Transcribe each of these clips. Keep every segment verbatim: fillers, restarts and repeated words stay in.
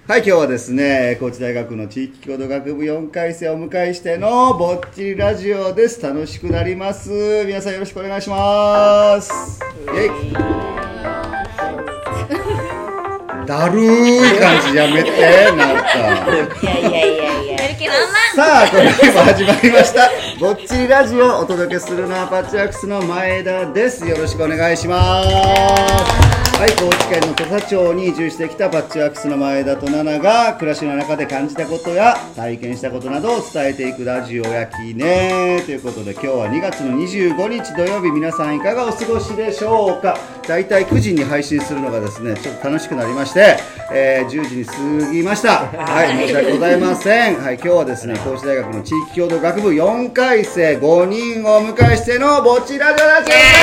はい、今日はですね、高知大学の地域共同学部よんかい生をお迎えしてのぼっちりラジオです。楽しくなります。皆さんよろしくお願いします。イエイ。だるーい感じやめて、なんか。 いやいやいやいや。やる気満々。 さあ、この日も始まりました。ぼっちりラジオをお届けするのはパッチワークスの前田です。よろしくお願いします。はい、高知県の土佐町に移住してきたパッチワークスの前田と奈々が暮らしの中で感じたことや体験したことなどを伝えていくラジオやきねということで、今日はにがつのにじゅうごにち土曜日、皆さんいかがお過ごしでしょうか。だいたいくじに配信するのがですね、ちょっと楽しくなりまして、えー、じゅうじに過ぎました。はい、申し訳ございません。はい、今日はですね、高知大学の地域共同学部よんかい生ごにんをお迎えしてのぼっちラジオラジオです。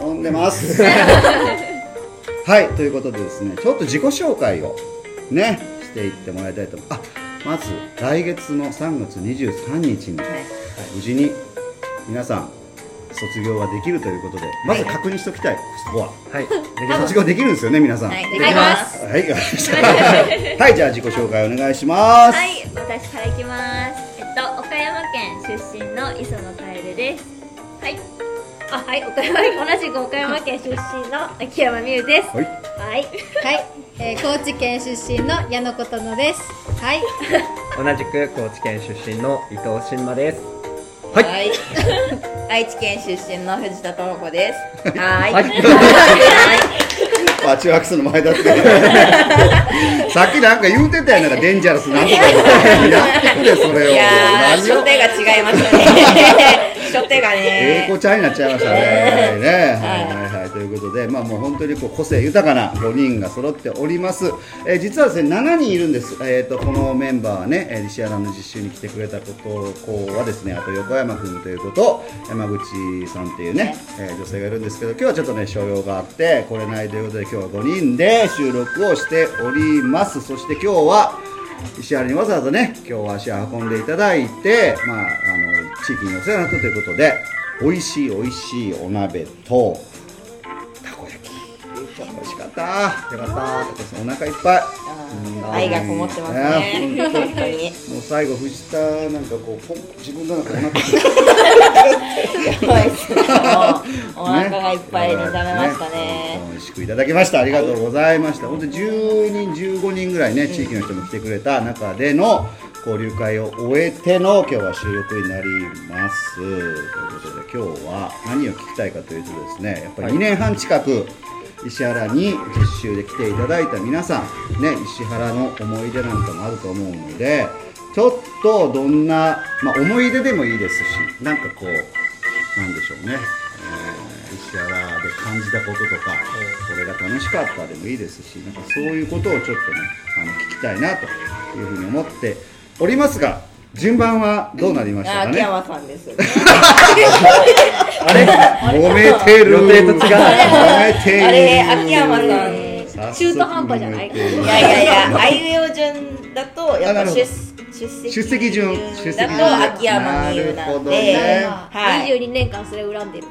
飲んでますはい、ということでですね、ちょっと自己紹介をねしていってもらいたいと思います。あ、まず来月のさんがつにじゅうさんにちに、はい、無事に皆さん卒業ができるということで、まず確認しておきたい、そこは、はい、卒業できるんですよね、皆さん。 はい、できます。 はい、はい、じゃあ自己紹介お願いします。 はい、私からいきます。えっと、岡山県出身の磯野楓です。はい。あ、はい、岡山、同じく岡山県出身の秋山美優です。はい。はい。 はい、えー、高知県出身の矢野琴乃です。はい。 同じく高知県出身の伊藤新馬です。 はい。はい、愛知県出身の藤田智子です。はい。はい。 パッチワークスの前だってさっきなんか言うてたやん、なんかデンジャラスなんとかやってくれそれを。 いやー、初手が違いましたね初手がね英子ちゃんになっちゃいましたね。ね、はいはいはい。ということで、まあもう本当にこう個性豊かなごにんが揃っております。えー、実はですね、しちにんいるんです。えっとこのメンバーはね、石原の実習に来てくれたこと子はですね、あと横山君という子と山口さんっていうね、えー、女性がいるんですけど、今日はちょっとね所用があって来れないということで、今日はごにんで収録をしております。そして今日は石原にわざわざね、今日は足を運んでいただいて、まあ、あの地域にお世話になったということで、美味しい美味しいお鍋とたこ焼き、美味しかった、よかった、お腹いっぱい、 愛がこもってますね、本当に。もう最後藤田なんかこうポン自分の中お腹やばいっすね、お腹がいっぱいに食べましたね。 美味しくいただきました。ありがとうございました。本当にじゅうにんじゅうごにんぐらいね、地域の人も来てくれた中での交流会を終えての今日は収録になります。ということで、今日は何を聞きたいかというとですね、やっぱりにねんはん近く石原に実習で来ていただいた皆さんね、石原の思い出なんかもあると思うので、ちょっとどんな、まあ、思い出でもいいですし、なんかこうなんでしょうね、えー、石原で感じたこととか、それが楽しかったでもいいですし、なんかそういうことをちょっとね、あの聞きたいなというふうに思っておりますが、順番はどうなりましたかね。 秋山さんですよねあれ揉めてる、 予定と違う、 揉めてる、 あれ秋山さん中途半端じゃない。 いやいやいや、あいうえお順だとやっぱ出出席順だと秋山美優なんで、 にじゅうにねんかんそれ恨んでる。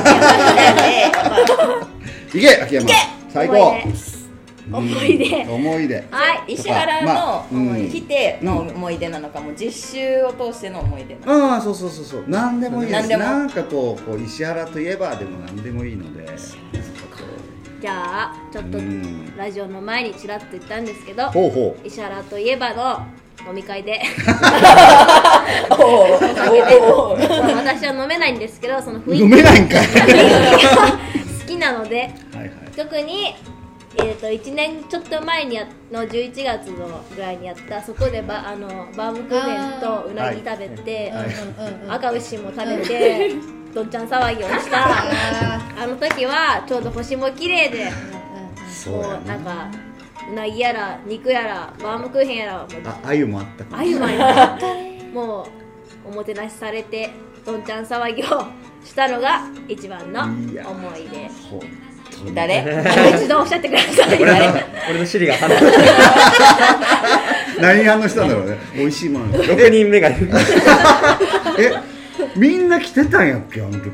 いけ秋山、最高。 思い出、 思い出、 はい、石原の来ての思い出なのか、もう実習を通しての思い出なのか。 ああ、そうそうそうそう、何でもいいです。なんかこう、こう石原といえばでも何でもいいので、 じゃあちょっとラジオの前にちらっと言ったんですけど、 ほうほう、石原といえばの飲み会でおお私は飲めないんですけど、その雰囲気飲めないんかい好きなので、はいはい、特にえー、といちねんちょっと前にやのじゅういちがつのぐらいにやった、そこでバあのバームクーヘンとうなぎ食べて、赤牛も食べてどんちゃん騒ぎをしたあの時はちょうど星も綺麗で、こうなんかうなぎやら肉やらバームクーヘンやら、もうああゆもあったかあゆもあったもうおもてなしされてどんちゃん騒ぎをしたのが一番の思い出。 誰？ 一度おっしゃってください。 俺の俺の尻が離れ何反応したんだろうね。美味しいもの。 ろくにんめがいる。 え、みんな来てたんやっけ、あの時。 来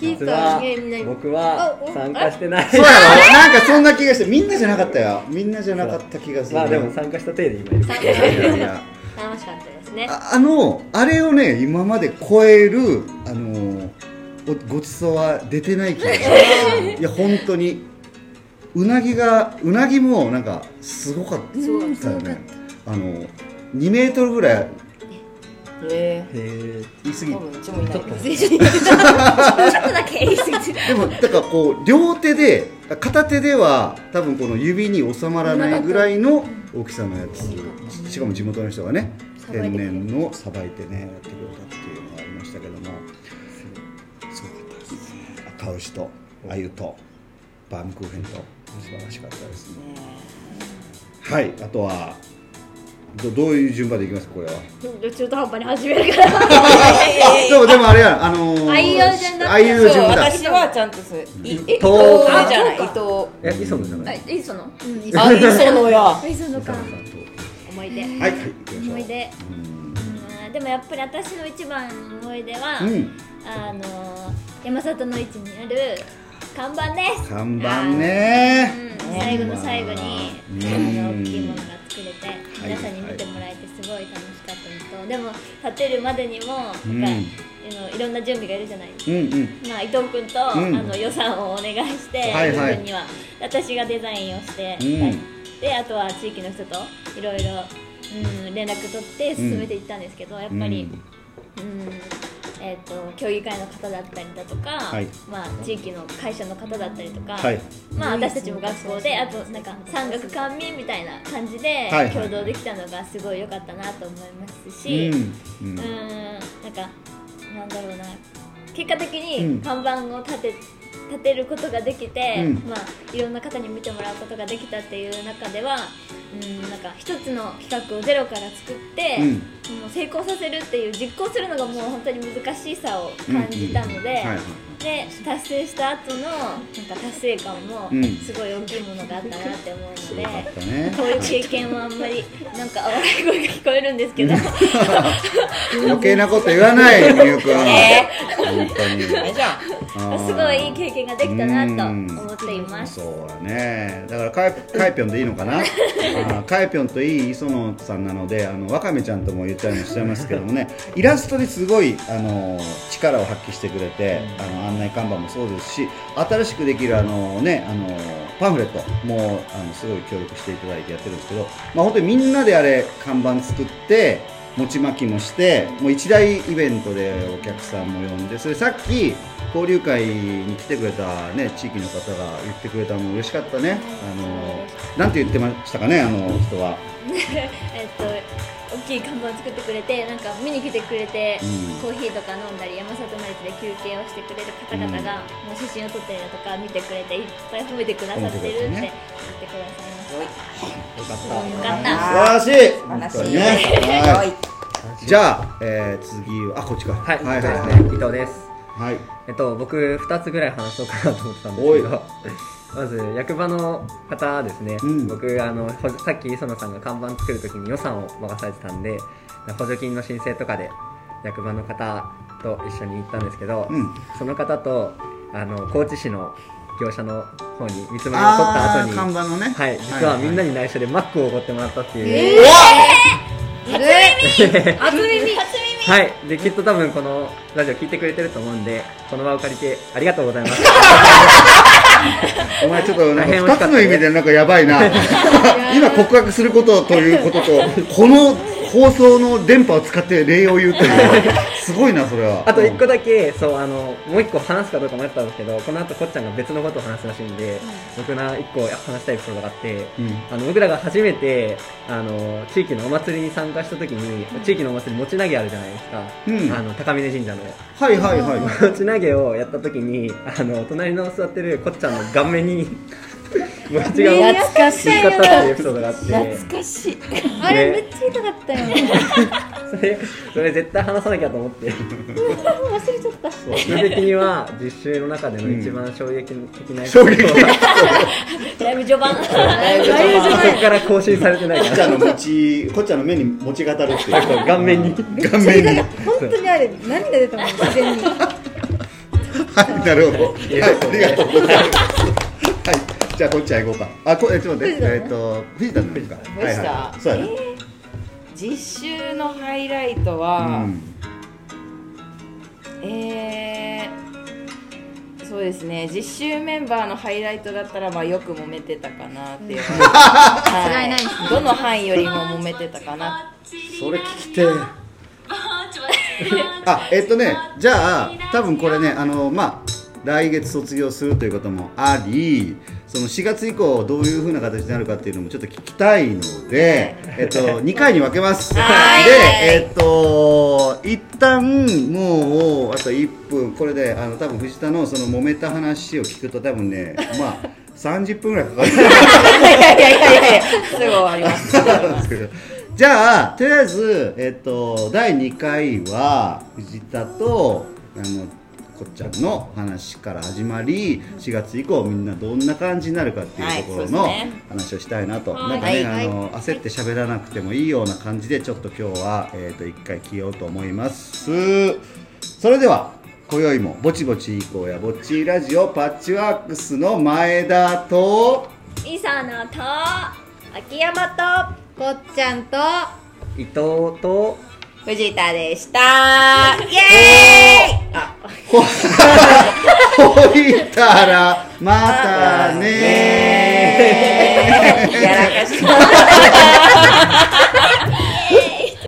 実は僕は参加してない。 そうやろ。なんかそんな気がして、みんなじゃなかったよ。みんなじゃなかった気がする。 まあでも参加した程度今いる。 参加したいや楽しかったですね。 あ, あのあれをね今まで超えるあのごちそうは出てない気がする。いや本当にうなぎがうなぎもなんかすごかったよね。あのにメートルぐらい。 へえ言い過ぎ多分うちもいないちょっとだけ言い過ぎてでもだからこう両手で片手では多分この指に収まらないぐらいの大きさのやつ、しかも地元の人がね天然のさばいてねやってくれたっていうのがありましたけども、すごかったですね。赤牛と鮎とバームクーヘンと素晴らしかったですね。はい、あとはど, どういう順番でいきますかこれは。 中途半端に始めるからでもでもあれやあのー、 あいうえお順だった。 あいうえお順だ。 私はちゃんとする。伊藤じゃない。伊藤。 え、磯野じゃない。 あ、磯野。 あ、磯野や。 磯野か。思い出。 はいはい。 思い出。うん。でもやっぱり私の一番の思い出は、うん、あの山里の位置にある看板です。 看板ね。 うん、最後の最後にあの大きいものが作れて。皆さんに見てもらえてすごい楽しかったのと、でも立てるまでにもなんか、うん、いろんな準備がいるじゃないですか、うんうん、まあ、伊藤君と、うん、あの予算をお願いして、はいはい、伊藤君には私がデザインをして、うん、であとは地域の人といろいろ連絡取って進めていったんですけど、やっぱり、うんうんえー、と協議会の方だったりだとか、はいまあ、地域の会社の方だったりとか、はいまあ、私たちも学校であとなんか産学官民みたいな感じで共同できたのがすごい良かったなと思いますし、うんうん、なんかなんだろうな結果的に看板を立て、立てることができて、うんまあ、いろんな方に見てもらうことができたっていう中では、うん、なんか一つの企画をゼロから作って、うん、もう成功させるっていう実行するのがもう本当に難しさを感じたので、うんうんはいはい、で達成した後のなんか達成感もすごい大きいものがあったなって思うので、うんね、こういう経験はあんまりなんか笑い声が聞こえるんですけど余計なこと言わないみゆくん、えー、本当にすごいいい経験ができたなと思っています。 そうだね。だからカイ、カイピョンでいいのかなあカイピョンといい磯野さんなのであのワカメちゃんとも言ったりもしちゃいますけどもねイラストですごいあの力を発揮してくれてあの案内看板もそうですし新しくできるあの、ね、あのパンフレットもあのすごい協力していただいてやってるんですけど、まあ、本当にみんなであれ看板作って餅巻きもしてもう一大イベントでお客さんも呼んでそれさっき交流会に来てくれた、ね、地域の方が言ってくれたのも嬉しかったね。あのなんて言ってましたかねあの人はえっと大きい看板作ってくれてなんか見に来てくれて、うん、コーヒーとか飲んだり山里の駅で休憩をしてくれる方々が、うん、もう写真を撮ったりだとか見てくれていっぱい褒めてくださってるって言ってくださいました。よかった。 素晴らしい。素晴らしい。ね、はい。じゃあ、えー、次はあこっちか。 はい。はいはいはい。伊藤です。はい。えっと僕ふたつぐらい話そうかなと思ってたんですけど。まず役場の方ですね、うん、僕あのさっき磯野さんが看板作るときに予算を任されてたんで補助金の申請とかで役場の方と一緒に行ったんですけど、うん、その方とあの高知市の業者の方に見積もりを取った後に看板のね、 はい、実はみんなに内緒でマックをおごってもらったっていう、 えー、初耳初耳初耳はい、できっと多分このラジオ聞いてくれてると思うんでこの場を借りてありがとうございますお前ちょっとなんかふたつの意味でなんかやばいな今告白することということとこの放送の電波を使って礼を言うというすごいなそれは。 あといっこだけ、うん、そうあのもういっこ話すかどうか迷ったんですけどこの後こっちゃんが別のことを話すらしいんで、うん、僕がいっこ話したいエピソードがあって、うん、あの僕らが初めてあの地域のお祭りに参加した時に、うん、地域のお祭り持ち投げあるじゃないですか、うん、あの高峰神社のはいはいはい持ち投げをやった時にあの隣の座ってるこっちゃんの顔面に餅が懐かしいぶつかったっていうエピソードがあって懐かしいあれめっちゃ痛かったよそれそれ絶対話さなきゃと思って忘れちゃったそうそれ的には実習の中での一番衝撃的なエピソード、うん、 だいぶ序盤だいぶ序盤そこから更新されてないからこっちゃんの餅こっちゃんの目に餅が当たるっていう顔面に顔面に本当にあれ涙出たもん自然にはいなるほど、はい、ありがとうございますはいじゃあこっちは行こうかあこえちょっと待ってえっと藤田のですか藤田、はいはい、そうやな、えー、実習のハイライトは、うん、えー、そうですね実習メンバーのハイライトだったらまあよく揉めてたかなっていう、はい、どの範囲よりも揉めてたかなそれ聞きてあえっとねじゃあ多分これねあのまあ来月卒業するということもありそのしがつ以降どういう風な形になるかっていうのもちょっと聞きたいので、えっと、にかいに分けますで、えっと、一旦もうあといっぷんこれであの多分藤田のその揉めた話を聞くと多分ねまあさんじゅっぷんぐらいかかるいやいやいやいやすぐ終わりますじゃあとりあえず、えっと、だいにかいは藤田とあのこっちゃんの話から始まりしがつ以降みんなどんな感じになるかっていうところの話をしたいなと、はい、なんかね、はい、あの焦って喋らなくてもいいような感じでちょっと今日は、えー、といっかい消ようと思います。それでは今宵もぼちぼち行こうやぼっちラジオパッチワークスの前田と磯野と秋山とこっちゃんと伊藤と藤田でした。イエーイ。あ、 ほいたらまたねー。 やらかし